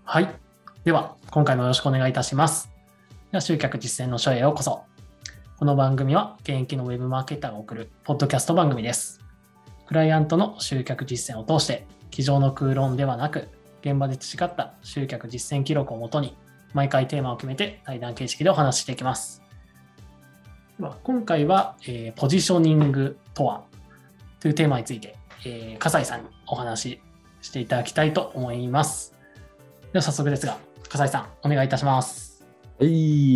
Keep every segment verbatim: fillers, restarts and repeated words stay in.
はい。では、今回もよろしくお願いいたします。では、集客実践の書へようこそ。この番組は、現役のウェブマーケターが送るポッドキャスト番組です。クライアントの集客実践を通して、机上の空論ではなく、現場で培った集客実践記録をもとに、毎回テーマを決めて対談形式でお話ししていきます。では、今回は、えー、ポジショニングとはというテーマについて、えー、笠井さんにお話ししていただきたいと思います。では早速ですが、笠井さん、お願いいたします。 はい、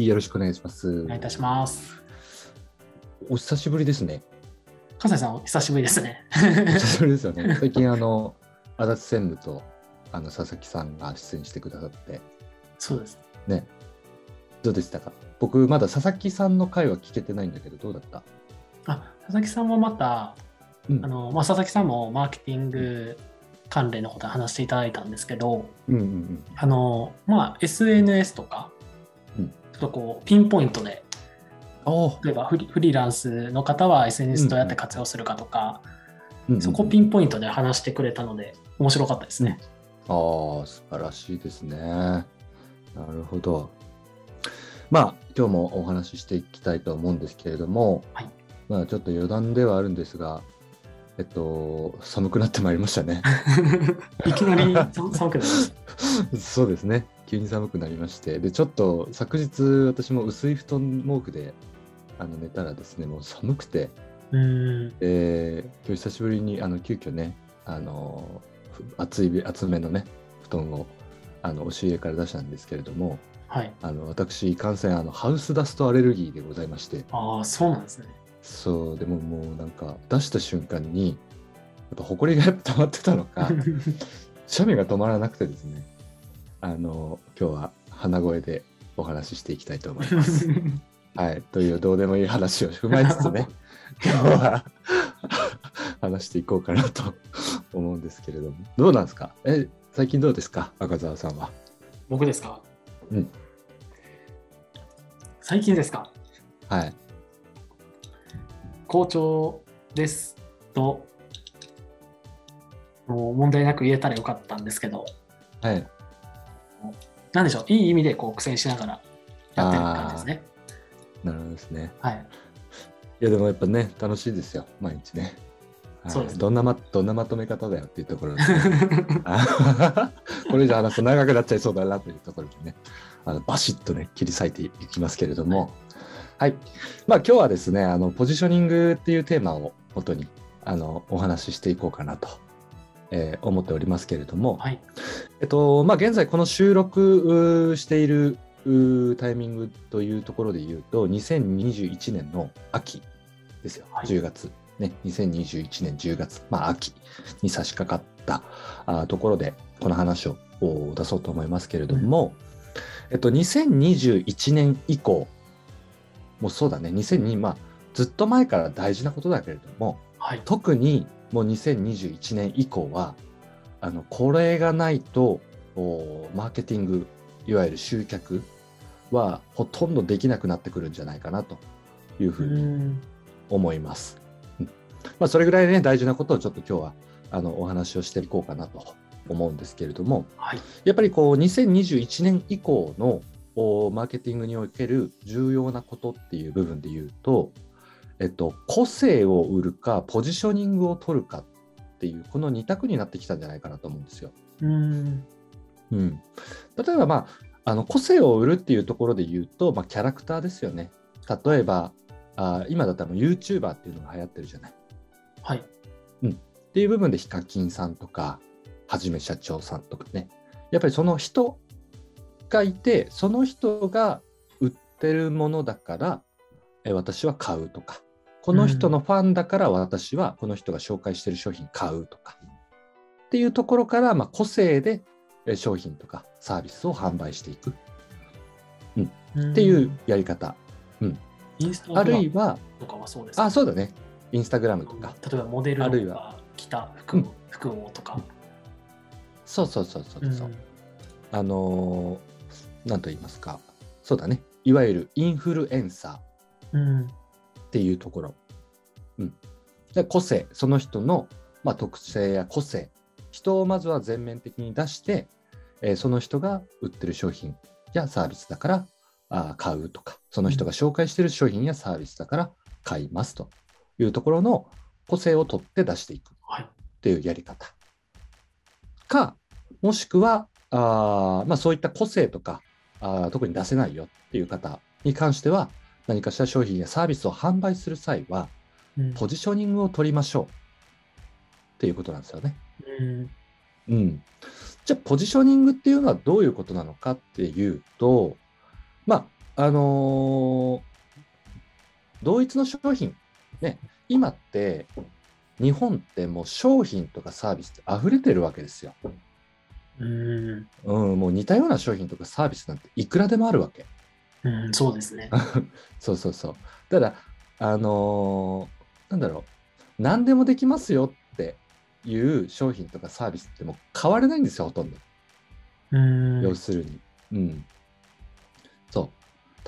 よろしくお願いします。 お願いいたします。 お久しぶりですね。 笠井さん、お久しぶりですね。 お久しぶりですよね。最近、あの、足立専務とあの佐々木さんが出演してくださって。 そうですね。どうでしたか？僕、まだ佐々木さんの回は聞けてないんだけど、どうだった？ あ、佐々木さんもまた、うん、あのまあ、佐々木さんもマーケティング関連のことを話していただいたんですけど、 うんうんうん、 あのまあ、エスエヌエス とか、うん、ちょっとこうピンポイントで、例えばフリ、フリーランスの方は エスエヌエス どうやって活用するかとか、うんうん、そこをピンポイントで話してくれたので面白かったですね。 ああ、素晴らしいですね。なるほど。まあ今日もお話ししていきたいと思うんですけれども、はい、まあちょっと余談ではあるんですが、えっと寒くなってまいりましたね。 いきなり寒くなりました。 そうですね。急に寒くなりまして、でちょっと昨日私も薄い布団毛布であの寝たらですね、もう寒くて、 うん、 えー、今日久しぶりにあの急遽ね、あの厚い厚めのね布団をあの押し入れから出したんですけれども、はい、あの私いかんせんあのハウスダストアレルギーでございまして。 ああ、そうなんですね。 そうでももうなんか出した瞬間にやっぱ埃がやっぱ溜まってたのかシャミが止まらなくてですね、あの今日は鼻声でお話ししていきたいと思います。はい、というどうでもいい話を踏まえつつね今日は話していこうかなと思うんですけれども、どうなんですか？え最近どうですか、赤澤さんは。 僕ですか？ うん。 最近ですか？ はい。 好調ですともう問題なく言えたらよかったんですけど、 はい。 なんでしょう、いい意味でこう苦戦しながらやってる感じですね。 なるほどですね。 はい。 いやでもやっぱね楽しいですよ、毎日ね。 そうです。 どんなまどんなまとめ方だよっていうところで、ね、これ以上話すと長くなっちゃいそうだなというところでね、あのバシッとね切り裂いていきますけれども、はい。まあ今日はですね、あのポジショニングっていうテーマをもとにあのお話ししていこうかなと、えー、思っておりますけれども、はい。えっとまあ現在この収録しているタイミングというところで言うとにせんにじゅういちねんの秋ですよ、はい、じゅうがつね、にせんにじゅういちねんじゅうがつ、まあ秋に差し掛かったあところでこの話を出そうと思いますけれども、うん、えっとにせんにじゅういちねん以降もうそうだねにせんに、まあずっと前から大事なことだけれども、はい、特にもうにせんにじゅういちねん以降はあのこれがないとマーケティングいわゆる集客はほとんどできなくなってくるんじゃないかなというふうに思います。うん、まあ、それぐらいね大事なことをちょっと今日はあのお話をしていこうかなと思うんですけれども、はい、やっぱりこうにせんにじゅういちねん以降のマーケティングにおける重要なことっていう部分で言うと、えっと、個性を売るかポジショニングを取るかっていうこのに択になってきたんじゃないかなと思うんですよ。うん、うん、例えば、まあ、あの個性を売るっていうところで言うと、まあ、キャラクターですよね。例えばあ今だったらもう YouTuber っていうのが流行ってるじゃない。はい。うん、っていう部分でヒカキンさんとかはじめ社長さんとかね、やっぱりその人がいてその人が売ってるものだからえ私は買うとか、この人のファンだから私はこの人が紹介してる商品買うとかっていうところから、まあ、個性で商品とかサービスを販売していく、うん、っていうやり方、うん、 インスタグラムあるいはとかはそうですか？ あ、そうだね。インスタグラムとか、 例えばモデルが着た服を、うん、服をとか、うん、 そうそうそうそうそう、うん、あのー、なんと言いますか、そうだね、いわゆるインフルエンサーっていうところ、うん、で個性、その人の、まあ、特性や個性、人をまずは全面的に出してえーその人が売ってる商品やサービスだからあ買うとか、その人が紹介している商品やサービスだから買いますというところの個性を取って出していくっていうやり方か、もしくはあ、まあ、そういった個性とかあ特に出せないよっていう方に関しては、何かしら商品やサービスを販売する際はうんポジショニングを取りましょうっていうことなんですよね。 うんうん、じゃあポジショニングっていうのはどういうことなのかっていうと、まああのー同一の商品ね、今って日本ってもう商品とかサービスって溢れてるわけですよ。 うんうん、もう似たような商品とかサービスなんていくらでもあるわけ。 うんそうですね。 そうそうそう。ただあのーなんだろう、何でもできますよっていう商品とかサービスってもう変われないんですよ、ほとんど。 うん要するに。うん。そう。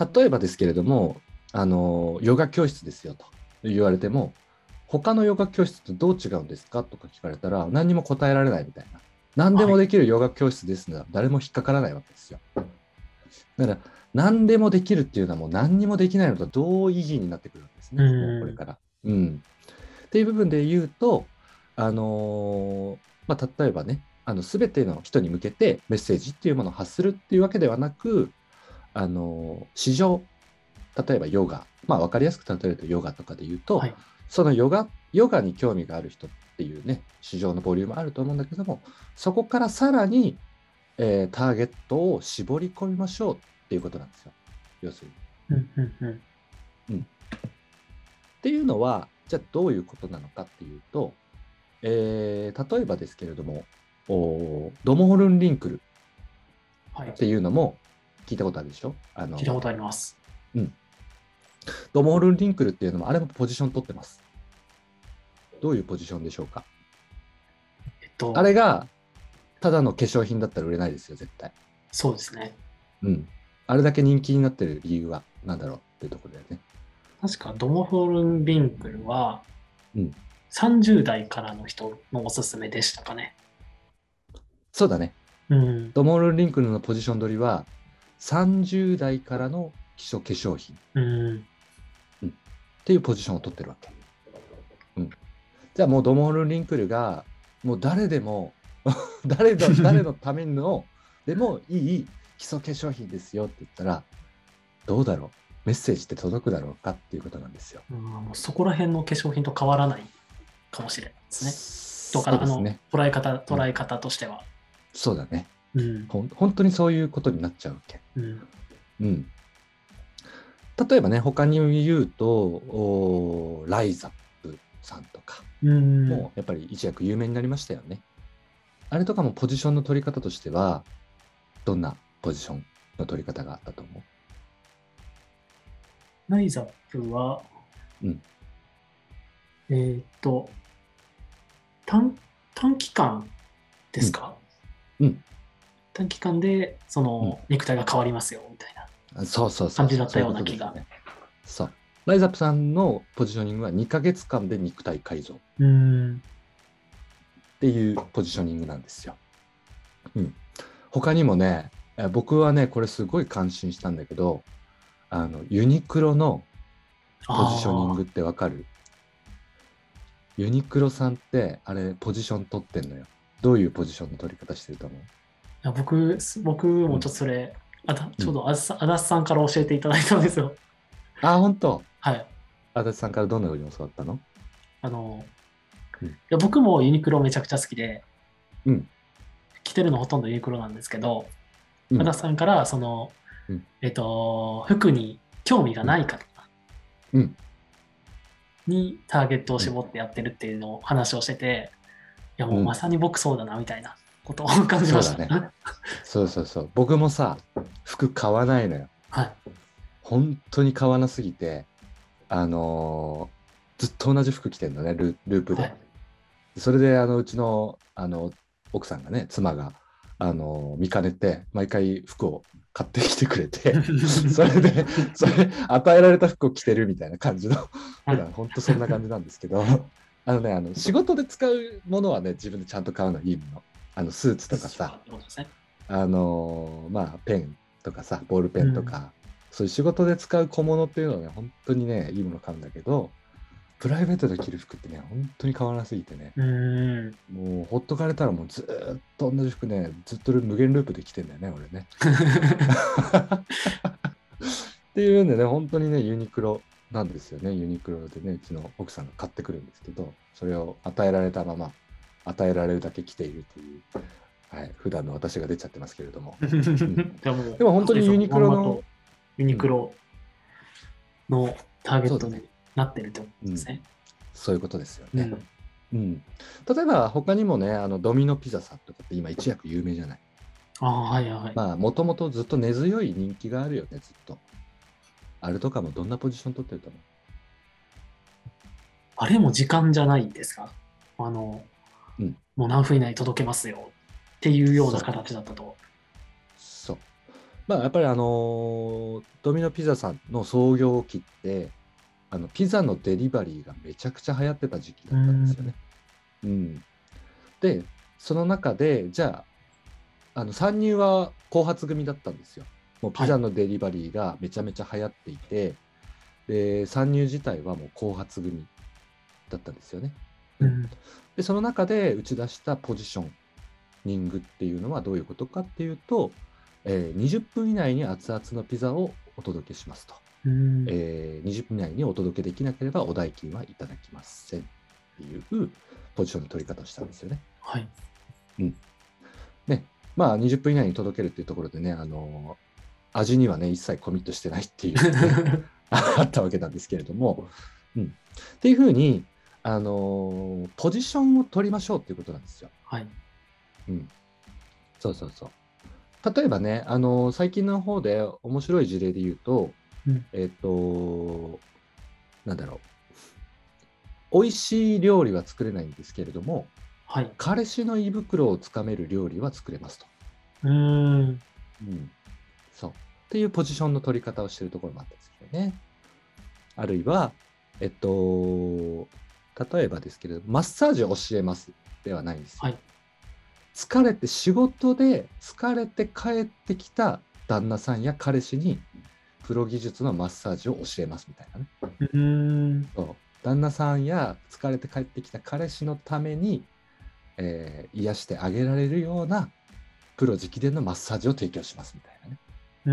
例えばですけれども、あの、ヨガ教室ですよと言われても、他のヨガ教室とどう違うんですかとか聞かれたら、何にも答えられないみたいな。何でもできるヨガ教室ですのは誰も引っかからないわけですよ。だから、何でもできるっていうのはもう何にもできないのと同意義になってくるわけですね、 うんもうこれから。うん。っていう部分で言うと、あのーまあ、例えばね、あの全ての人に向けてメッセージっていうものを発するっていうわけではなく、あの市場、例えばヨガ、まあ、分かりやすく例えるとヨガとかで言うと、 はいそのヨガ、ヨガに興味がある人っていうね、市場のボリュームあると思うんだけども、そこからさらに、えーターゲットを絞り込みましょうっていうことなんですよ。要するに。 うんうんうんっていうのは、じゃあどういうことなのかっていうと、えー例えばですけれども、おドモホルンリンクルはいっていうのも聞いたことあるでしょ。あの聞いたことあります。 ドモホルンリンクルっていうのもあれもポジション取ってます。どういうポジションでしょうか。 えっとあれがただの化粧品だったら売れないですよ、絶対。 そうですね。 うん。あれだけ人気になってる理由は何だろうっていうところだよね。 確かドモホルンビンクルはうんさんじゅう代からの人のおすすめでしたかね。 そうだね。 うんドモホルンリンクルのポジション取りはさんじゅう代からの基礎化粧品うんっていうポジションを取ってるわけ。うん。じゃあもうドモホルンリンクルがもう誰でも誰の誰のためのでもいい基礎化粧品ですよって言ったらどうだろう、メッセージって届くだろうかっていうことなんですよ。 うんもうそこら辺の化粧品と変わらないかもしれないですね。とか、 そうですね。 あの捉え方捉え方としては。 そうだね。 うんほん本当にそういうことになっちゃうわけ。 うんうん。例えばね、他に言うと、おライザップさんとか、 うんもうやっぱり一躍有名になりましたよね。あれとかもポジションの取り方としては、どんなポジションの取り方があったと思う？ ライザップは、 うんえーっと短、短期間ですか、 うんうん短期間でその肉体が変わりますよみたいなそうそうそう。 感じだったような気が。 そういうことですね。そう。ライザップさんのポジショニングはにかげつかんで肉体改造っうんていうポジショニングなんですよ。うん。他にもね、え僕はね、これすごい感心したんだけど、あの、ユニクロのポジショニングってわかる？ユニクロさんって、あれ、ポジション取ってんのよ。どういうポジションの取り方してると思う？ いや僕僕もちょっとそれ、あたちょうどあずさ足立さんから教えていただいたんですよ。 あ、本当。 はい。 足立さんからどのように教わったの？ あの、 うんいや僕もユニクロめちゃくちゃ好きで、 うん着てるのほとんどユニクロなんですけど、 うん足立さんからその、 うんえっと服に興味がない方うんにターゲットを絞ってやってるっていうのを話をしてて、いやもうまさに僕そうだなみたいなことを感じました。 そうだねそうそうそう。僕もさ、服買わないのよ。 はい。 本当に買わなすぎて、あのーずっと同じ服着てるのね、ルループで。 はい。 それであのうちのあの奥さんがね、妻があの見かねて毎回服を買ってきてくれてそれでそれ与えられた服を着てるみたいな感じの普段本当そんな感じなんですけどあのね、あの仕事で使うものはね自分でちゃんと買うのいいもの、あのスーツとかさ、 ってことですね。 あのーまあペンとかさ、ボールペンとか、 うん、 そういう仕事で使う小物っていうのはね、本当にね、いいもの買うんだけど、プライベートで着る服ってね、本当に変わらなすぎてね、 うん。 もうほっとかれたらもうずーっと同じ服ね、ずっと無限ループで着てんだよね、俺ね。っていうんでね、本当にね、ユニクロなんですよね。ユニクロでね、うちの奥さんが買ってくるんですけど、それを与えられたまま、与えられるだけ着ているという、はい、普段の私が出ちゃってますけれども。うん、 でも、 でも本当にユニクロの、 まんまとユニクロのターゲットにそうだね、 なってるってことうん、 ですね。 そういうことですよね。 うん。 うん、例えば他にもね、あのドミノピザさんとかって今一躍有名じゃない。 ああ、はいはい。 まあ、もともとずっと根強い人気があるよね、ずっと。あれとかもどんなポジション取ってると思う？ あれも時間じゃないですか？あの、 うん、 もう何分以内に届けますよっていうようなそう、 形だったと。 そう。まあ、やっぱりあのードミノピザさんの創業期って、あのピザのデリバリーがめちゃくちゃ流行ってた時期うだったんですよん。 ね。うん。で、その中で、じゃあ、あの参入は後発組だったんですよ。もうピはい。 ザのデリバリーがめちゃめちゃ流行っていて、で、参入自体はもう後発組だったんですよね。うん。 うん。 で、その中で打ち出したポジション、ニングっていうのはどういうことかっていうと、えーにじゅっぷん以内に熱々のピザをお届けしますと。 うん。 えーにじゅっぷん以内にお届けできなければお代金はいただきませんっていうポジションの取り方をしたんですよね。 はい。 うん。ね。まあにじゅっぷん以内に届けるっていうところでね、あのー味にはね、一切コミットしてないっていうのがね、あったわけなんですけれども、うん。っていうふうに、あのーポジションを取りましょうっていうことなんですよ。 はい。 うん。そうそうそう。例えばね、あの最近の方で面白い事例で言うと、 うん。 えっと、なんだろう、美味しい料理は作れないんですけれども、 はい。 彼氏の胃袋をつかめる料理は作れますと。 うん。 うん、そう。っていうポジションの取り方をしているところもあったんですけどね。あるいは、えっと、例えばですけれど、マッサージを教えますではないんですよ。 はい。 疲れて、仕事で疲れて帰ってきた旦那さんや彼氏に、プロ技術のマッサージを教えますみたいなね。 うん。 そう旦那さんや疲れて帰ってきた彼氏のために、えー癒してあげられるようなプロ直伝のマッサージを提供しますみたいなね。 うん。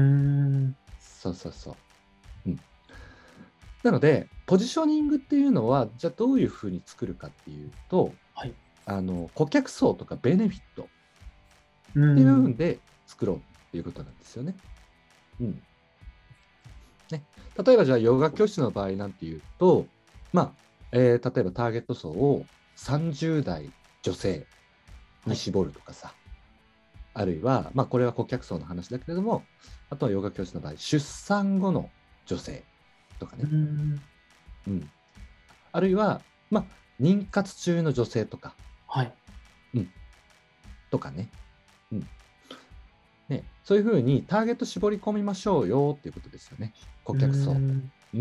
そうそうそう。うん、なので、ポジショニングっていうのは、じゃあどういうふうに作るかっていうと、 はい。 あの顧客層とかベネフィットっうていう部ん。 分で作ろうっていうことなんですよね。うんね、例えばじゃあヨガ教室の場合なんていうと、まあえー例えばターゲット層をさんじゅう代女性はい。 に絞るとかさ、あるいは、まあこれは顧客層の話だけれども、あとはヨガ教室の場合、出産後の女性とかうね、 ん。 うん、あるいは、まあ妊活中の女性とか、 はい。 うん、とかね、うんね、そういうふうにターゲット絞り込みましょうよっていうことですよね、顧う客層。 ん。 うん、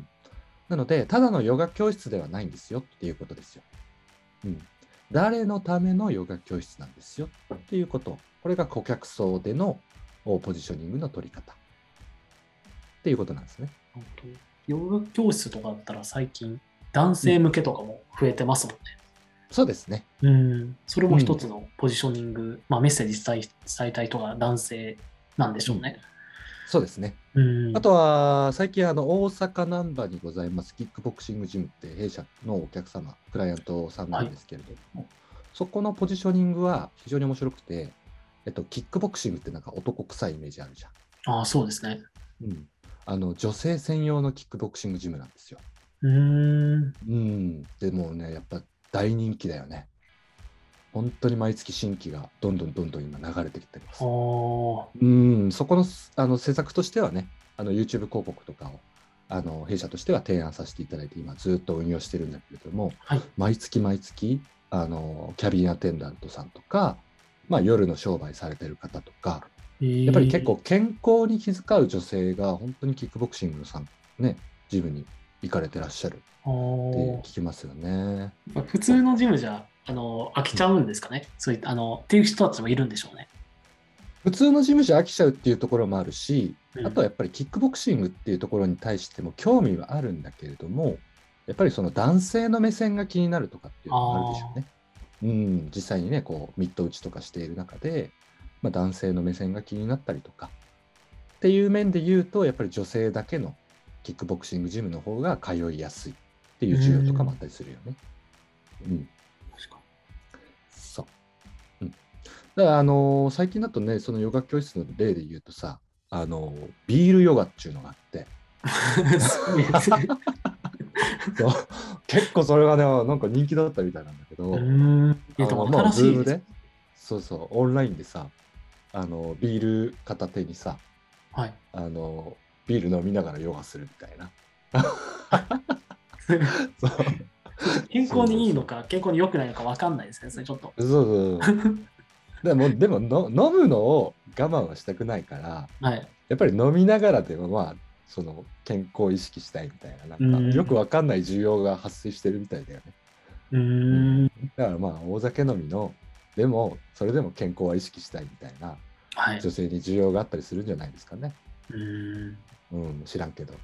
なので、ただのヨガ教室ではないんですよっていうことですよ。うん、誰のためのヨガ教室なんですよっていうこと。これが顧客層でのポジショニングの取り方っていうことなんですね。 本当にヨガ教室とかだったら最近男うん、 性向けとかも増えてますもんね。 そうですね。 うん。それも一うん、 つのポジショニング、まあメッセージ伝え伝えたいとか男性なんでしうん、 ょうね。 そうですね。 うん。 あとは、最近、あの、大阪難波にございます、キックボクシングジムって弊社のお客様、クライアントさんなはい。 んですけれども、そこのポジショニングは非常に面白くて、えっと、キックボクシングってなんか男臭いイメージあるじゃああ、そうですね。 ん。うん。あの、女性専用のキックボクシングジムなんですよ。 うーん。 うん。でもね、やっぱ大人気だよね。本当に毎月新規がどんどんどんどん今流れてきてまあす。 あ。 うん、そこの、あの施策としてはね、あの YouTube 広告とかをあの弊社としては提案させていただいて、今ずっと運用してるんだけれども、 はい。 毎月毎月、あのキャビンアテンダントさんとか、まあ、夜の商売されてる方とか、やっぱり結構ええ。 健康に気遣う女性が本当にキックボクシングのさん、ね、ジムに行かれてらっしゃるあって聞あ。 きますよね。 普通のジムじゃ、あの、飽きうん、 ちゃうんですかね。そういった、あの、っていう人たちもいるんでしょうね。 普通のジムじゃ飽きちゃうっていうところもあるし、 うん、 あとはやっぱりキックボクシングっていうところに対しても興味はあるんだけれども、やっぱりその男性の目線が気になるとかっていうのもあるでしょうあね。うん、実際にね、こうミット打ちとかしている中で、まあ、男性の目線が気になったりとかっていう面で言うと、やっぱり女性だけのキックボクシングジムの方が通いやすいってあ、 いうう需要とかもあっん、 たりするよね。うん、 確かそう。うん、だからあのー最近だとね、そのヨガ教室の例で言うとさ、あのービールヨガっていうのがあって、 に。すごいですね。 そう結構それがね、なんか人気だったみたいなんだけうど、 ん。いや、でもあの、まあ、 新しいです。 ズームで、そうそう、オンラインでさ、あの、ビール片手にさ、 はい。 あの、ビール飲みながらヨガするみたいな。そうそれちょっと健そうそうそう。 康にいいのか、健康に良くないのか分かんないですね、それちょっと。 そうそうそう。でも、でもの、飲むのを我慢はしたくないから、 はい。 やっぱり飲みながらでも、まあ、その健康を意識したいみたいな、なんうか、よくん。 わかんない需要が発生してるみたいだよね。 ううん。 ん。 だからまあ、大酒飲みの、でも、それでも健康は意識したいみたいな、 はい。 女性に需要があったりするんじゃないですかね。 うん。 うん、知らんけど。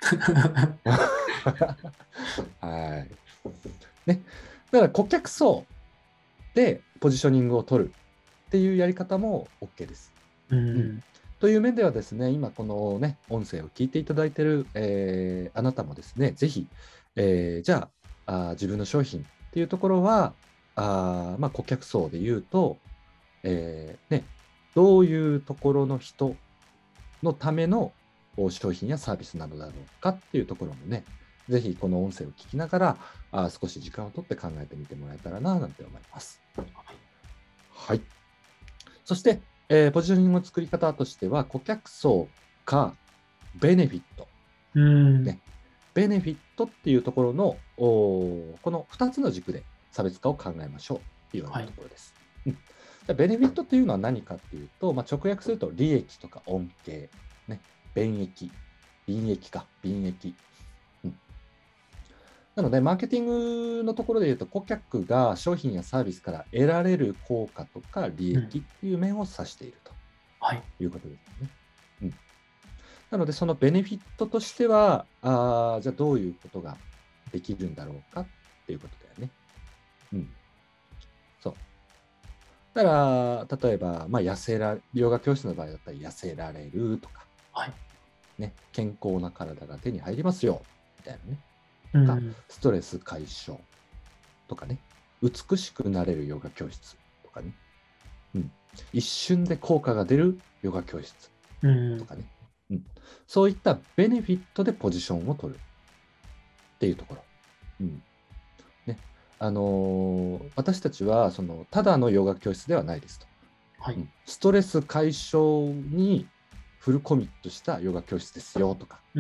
はい。ね。だから顧客層でポジショニングを取るっていうやり方も OK です。 ううん。 ん。 という面ではですね、今このね、音声を聞いていただいている、えーあなたもですね、ぜひ、えーじゃあ、あー自分の商品っていうところは、あーまあ、顧客層で言うと、えーね、どういうところの人のためのお商品やサービスなのだろうかっていうところもね、ぜひこの音声を聞きながら、あー少し時間をとって考えてみてもらえたらな、なんて思います。はい。そして、えーポジショニングの作り方としては、顧客層かベネフィット。 うん。 ね、ベネフィットっていうところの、おこのふたつの軸で差別化を考えましょうっていうようなところです。うん、じゃあベネフィットっていうのは何かっていうと、まあ、直訳すると利益とか恩恵、ね、便益、便益か、便益。うん、なので、マーケティングのところで言うと、顧客が商品やサービスから得られる効果とか利うん。 益っていう面を指しているとはい。 いうことですね。うん、なので、そのベネフィットとしては、あーじゃあどういうことができるんだろうかっていうことだよね。うん。そう。だから、例えば、まあ、痩せら、ヨガ教室の場合だったら痩せられるとか、 はい。 ね、健康な体が手に入りますよ、みたいなね。とか、 うん。 ストレス解消とかね、美しくなれるヨガ教室とかね、うん、一瞬で効果が出るヨガ教室うん。 とかね、うん、そういったベネフィットでポジションを取るっていうところ。うんね、あのー私たちはそのただのヨガ教室ではないですと、 はい。 うん。ストレス解消にフルコミットしたヨガ教室ですよとか、 うん。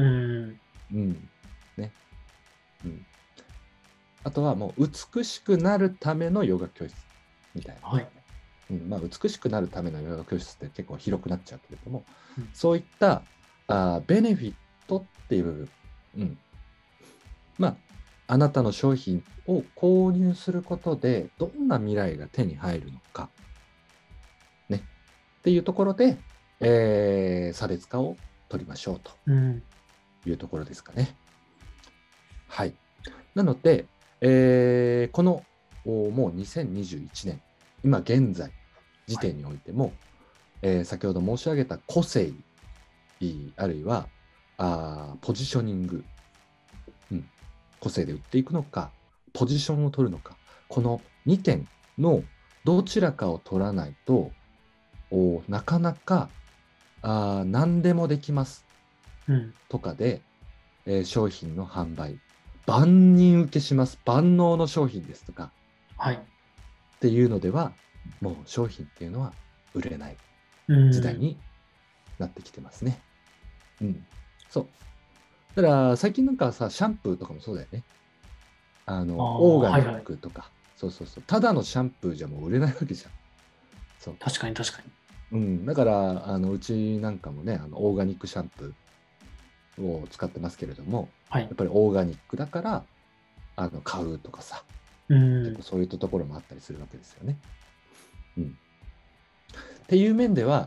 うんねうん、あとはもう美しくなるためのヨガ教室みたいなね。 はい。 うんまあ、美しくなるためのヨガ教室って結構広くなっちゃうけれども、 うん。 そういったあベネフィットっていう部分、うん、まあ、あなたの商品を購入することでどんな未来が手に入るのか、ね、っていうところで、えー差別化を取りましょうとうん。 いうところですかね。はい。なので、えーこのおもうにせんにじゅういちねん、今現在時はい。 点においても、えー先ほど申し上げた個性、いいあるいはあーポジショニング、うん、個性で売っていくのか、ポジションを取るのか、このにてんのどちらかを取らないと、おなかなかあー何でもできますうん。 とかで、えー商品の販売、万人受けします、万能の商品ですとかはい。 っていうのでは、もう商品っていうのは売れないうん。 時代になってきてますね。うん。そう。だから最近なんかさ、シャンプーとかもそうだよね。ああの、オーあ、 ガニッはいはい。 クとか、そうそうそう。ただのシャンプーじゃもう売れないわけじゃん。そう。 確かに確かに。 うん。だから、あの、うちなんかもね、あの、オーガニックシャンプーを使ってますけれども、 はい。 やっぱりオーガニックだから、あの、買うとかさ、 う結構ん。 そういったところもあったりするわけですよね。うん。っていう面では、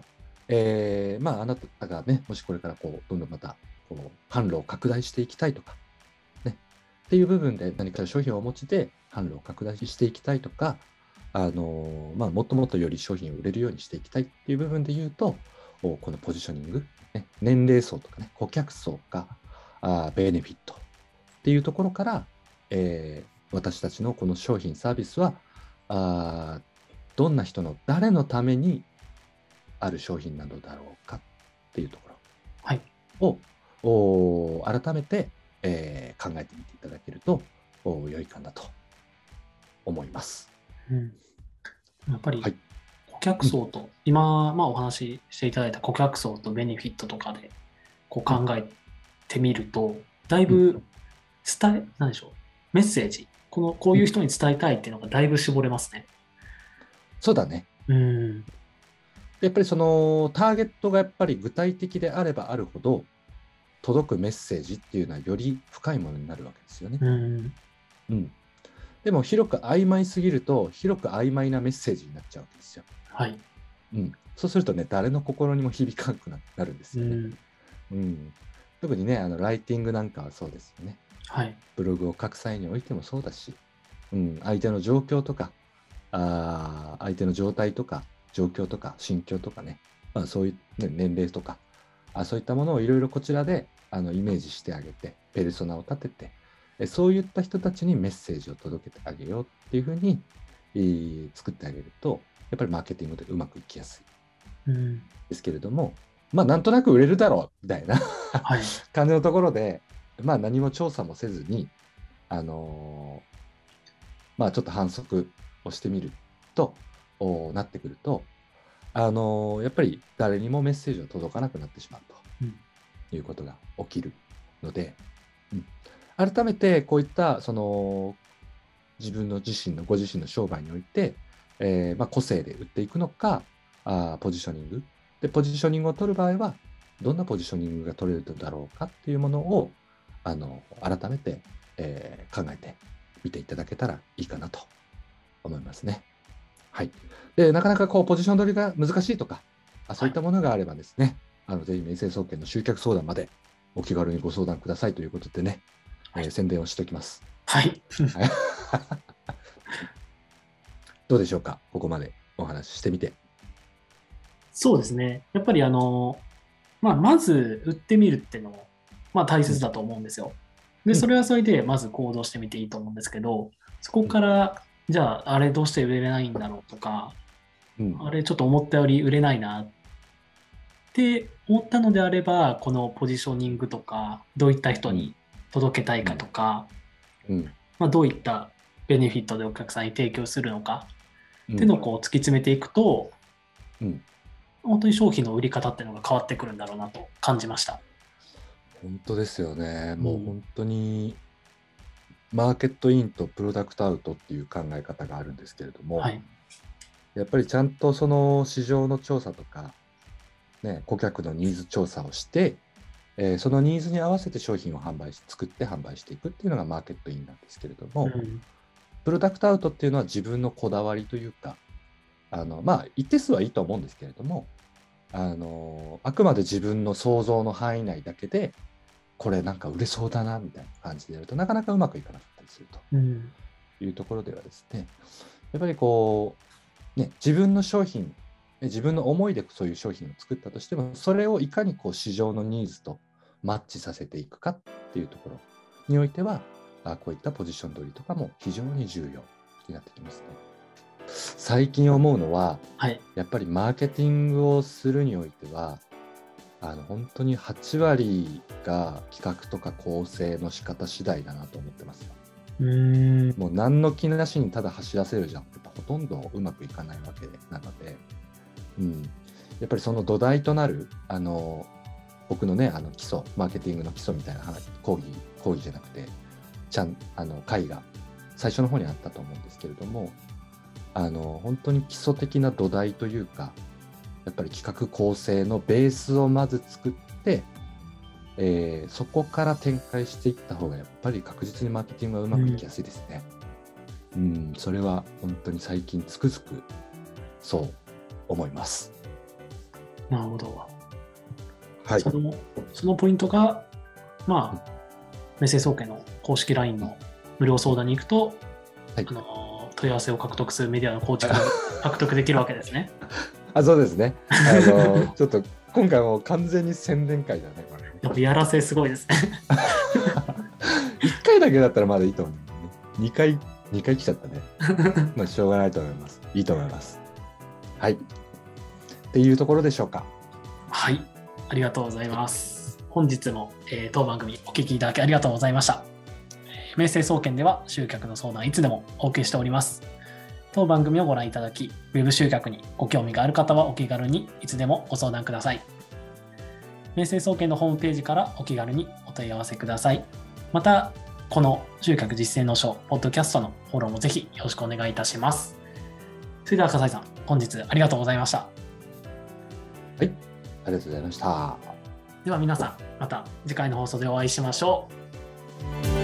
えーまあ、あなたがね、もしこれからこうどんどんまたこう販路を拡大していきたいとか、ね、っていう部分で何か商品をお持ちで販路を拡大していきたいとか、あのまあ、もっともっとより商品を売れるようにしていきたいっていう部分で言うと、このポジショニング、ね、年齢層とかね、顧客層か、あベネフィットっていうところから、えー、私たちのこの商品サービスはあどんな人の誰のためにある商品なのだろうかっていうところを、はい、改めて、えー、考えてみていただけると良いかなと思います。 うん、やっぱり顧客層と、はい、今、まあ、お話ししていただいた顧客層とベネフィットとかでこう考えてみると、うん、だいぶ伝え、なんでしょう、メッセージ、このこういう人に伝えたいっていうのがだいぶ絞れますね。 そうだね。 うん。 やっぱりそのターゲットがやっぱり具体的であればあるほど届くメッセージっていうのはより深いものになるわけですよね。 うんうん、でも広く曖昧すぎると広く曖昧なメッセージになっちゃうわけですよ。 はい。 うん、そうするとね、誰の心にも響かなくなるんですよね。うんうん、特にね、あのライティングなんかはそうですよね。 はい、 ブログを書く際においてもそうだし、うん、相手の状況とかあ相手の状態とか状況とか心境とかね、まあ、そういう、ね、年齢とかあそういったものをいろいろこちらであのイメージしてあげてペルソナを立ててえそういった人たちにメッセージを届けてあげようっていうふうに、えー、作ってあげるとやっぱりマーケティングでうまくいきやすい、うん、ですけれども、まあなんとなく売れるだろうみたいな、はい、感じのところで、まあ、何も調査もせずにあのー、まあちょっと反則をしてみるとなってくると、あのー、やっぱり誰にもメッセージが届かなくなってしまうということが起きるので、うん、改めてこういったその自分の自身のご自身の商売において、えーまあ、個性で売っていくのかあポジショニングでポジショニングを取る場合はどんなポジショニングが取れるだろうかっていうものをあの改めて、えー、考えてみていただけたらいいかなと思いますね。はい、でなかなかこうポジション取りが難しいとかあそういったものがあればですね、はい、あのぜひ明星総研の集客相談までお気軽にご相談くださいということでね、はい、えー、宣伝をしておきます。 はい。 どうでしょうか、ここまでお話ししてみて。 そうですね。やっぱりあの、まあ、まず売ってみるっていうのも、まあ、大切だと思うんですよ。で、それはそれでまず行動してみていいと思うんですけど、そこから、じゃあ、あれどうして売れないんだろうとか、うん、あれちょっと思ったより売れないなって思ったのであれば、このポジショニングとか、どういった人に届けたいかとか、うんうん、まあ、どういったベネフィットでお客さんに提供するのか、うん、っていうのをこう突き詰めていくと、うん、本当に商品の売り方っていうのが変わってくるんだろうなと感じました。 本当ですよね。もう本当にマーケットインとプロダクトアウトっていう考え方があるんですけれども、はい、やっぱりちゃんとその市場の調査とか、ね、顧客のニーズ調査をして、えー、そのニーズに合わせて商品を販売し作って販売していくっていうのがマーケットインなんですけれども、うん、プロダクトアウトっていうのは自分のこだわりというか、あのまあ一定数はいいと思うんですけれども、あのあくまで自分の想像の範囲内だけでこれなんか売れそうだなみたいな感じでやるとなかなかうまくいかなかったりするというところではですね、やっぱりこうね自分の商品自分の思いでそういう商品を作ったとしてもそれをいかにこう市場のニーズとマッチさせていくかっていうところにおいてはあこういったポジション取りとかも非常に重要になってきますね。最近思うのは、はい、やっぱりマーケティングをするにおいてはあの本当にはち割が企画とか構成の仕方次第だなと思ってます。うーんもう何の気なしにただ走らせるじゃんってほとんどうまくいかないわけなので、うん、やっぱりその土台となるあの僕のねあの基礎マーケティングの基礎みたいな話講義講義じゃなくてちゃんあの会が最初の方にあったと思うんですけれども、あの本当に基礎的な土台というかやっぱり企画構成のベースをまず作って、えー、そこから展開していった方がやっぱり確実にマーケティングがうまくいきやすいですね。うん、うんそれは本当に最近つくづくそう思います。 なるほど。 はい。 その、そのポイントが、まあ、明星総研の公式 ライン の無料相談に行くと、 はい、 あの問い合わせを獲得するメディアの構築を獲得できるわけですね。 あ、そうですね。あのちょっと今回も完全に宣伝会だね、これ。 やっぱやらせすごいですね。 いっかいだけだったらまだいいと思う、ね。にかい、にかい来ちゃったね。まあ、しょうがないと思います。いいと思います。はい。っていうところでしょうか。 はい。ありがとうございます。本日も、えー、当番組お聞きいただきありがとうございました。明星総研では集客の相談いつでもお受けしております。当番組をご覧いただき、ウェブ集客にご興味がある方はお気軽にいつでもご相談ください。明星総研のホームページからお気軽にお問い合わせください。また、この集客実践の書、ポッドキャストのフォローもぜひよろしくお願いいたします。それでは笠井さん、本日ありがとうございました。はい、ありがとうございました。 では皆さん、また次回の放送でお会いしましょう。